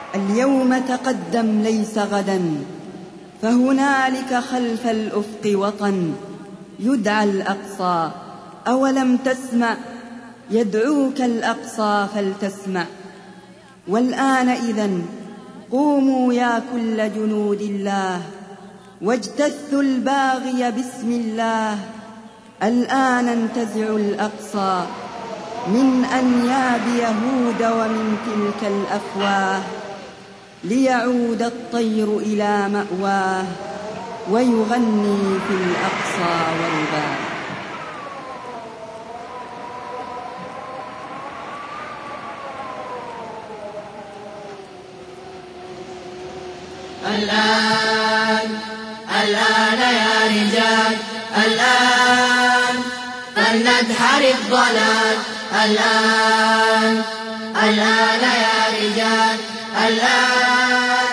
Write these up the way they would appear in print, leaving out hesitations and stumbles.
اليوم تقدم ليس غدا، فهنالك خلف الأفق وطن يدعى الأقصى. أولم تسمع يدعوك الأقصى فلتسمع. والآن إذن قوموا يا كل جنود الله، واجتثوا الباغي بسم الله. الآن ننتزع الأقصى من أنياب يهود ومن تلك الأفواه، ليعود الطير إلى مأواه ويغني في الأقصى والباه. الآن يا رجال، الآن فلندحر الضلال. الآن يا رجال، الآن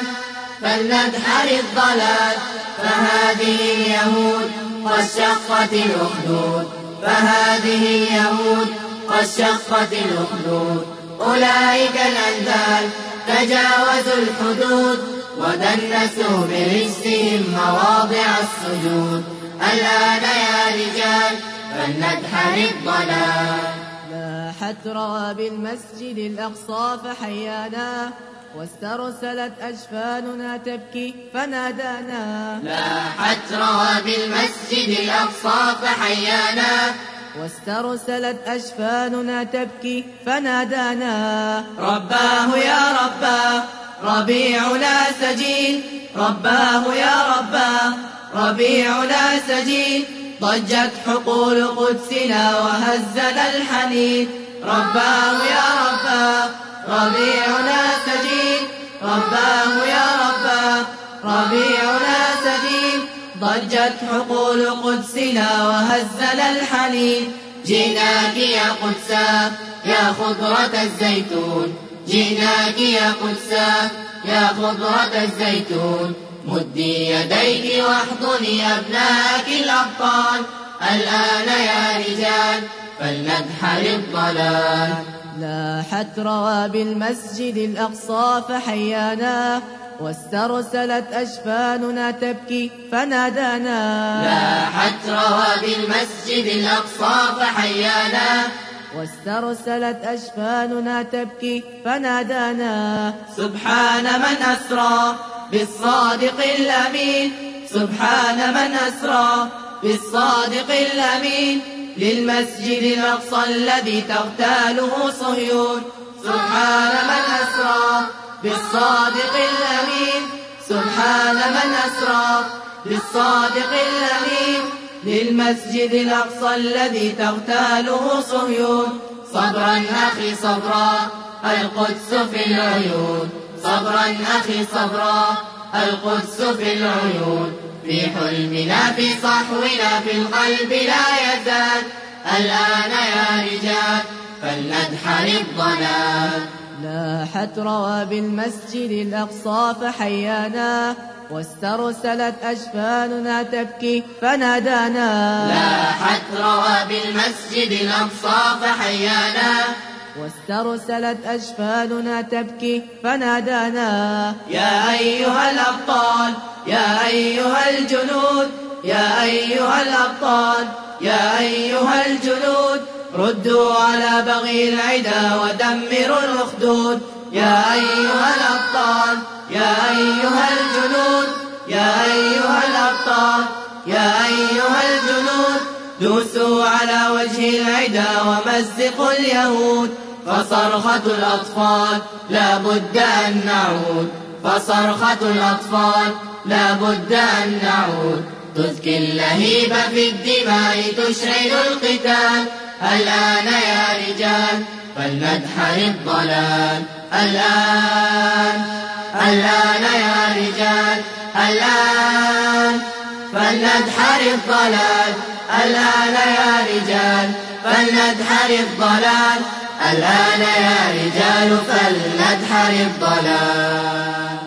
فلندحر الضلال. فهذه اليهود قد شقت الأخدود، فهذه اليهود قد شقت الأخدود. أولئك الأنذال تجاوزوا الحدود، ودنسوا برجسهم مواضع السجود. الآن يا رجال فلندحر الضلال. لاحت رواب المسجد الأقصى فحيانا، واسترسلت أجفاننا تبكي فنادانا. لاحت رواب المسجد الأقصى فحيانا، واسترسلت أجفاننا تبكي فنادانا. رباه يا رباه ربيعنا سجين، رباه يا رباه ربيعنا سجين. ضجت حقول قدسنا وهزنا الحنين. رباه يا رباه ربيعنا سجين، رباه يا رباه ربيعنا سجين. ضجت حقول قدسنا وهزنا الحنين. جئناك يا قدسا يا خضرة الزيتون، جئناك يا قدسا يا خضرة الزيتون. مدي يديك واحضني أبناءك الأبطال. الآن يا رجال فلندحر الضلال. لاحت رواب المسجد الأقصى فحيانا، واسترسلت أجفاننا تبكي فنادانا. لاحت رواب المسجد الأقصى فحيانا، واسترسلت أجفاننا تبكي فنادانا. سبحان من أسرى بالصادق الأمين، سبحان من أسرى بالصادق الأمين. للمسجد الأقصى الذي تغتاله صهيون. سبحان من أسرى بالصادق الأمين، سبحان من أسرى بالصادق الأمين. للمسجد الأقصى الذي تغتاله صهيون. صبرا أخي صبرا القدس في العيون، صبرا أخي صبرا القدس في العيون. في حلمنا في صحونا في القلب لا يزال. الآن يا رجال فلندحر الضلال. لاحت رواب المسجد الأقصى فحيانا، واسترسلت أجفاننا تبكي فنادانا. لاحت رواب المسجد الأقصى فحيانا، واسترسلت أجفاننا تبكي فنادانا. يا أيها الأبطال يا أيها الجنود، يا أيها الأبطال يا أيها الجنود. ردوا على بغي العدا ودمروا الأخدود. يا أيها الأبطال يا أيها الجنود، يا أيها الأبطال يا أيها الجنود. دوسوا على وجه العدا ومزقوا اليهود. فصرخة الأطفال لا بد أن نعود، فصرخة الأطفال لا بد أن نعود. تزكي اللهيب في الدماء تشعل القتال. الآن يا رجال فلندحر الضلال. الآن يا رجال، الآن فلندحر الضلال. الآن يا رجال فلندحر الضلال. الآن يا رجال فلندحر الضلال.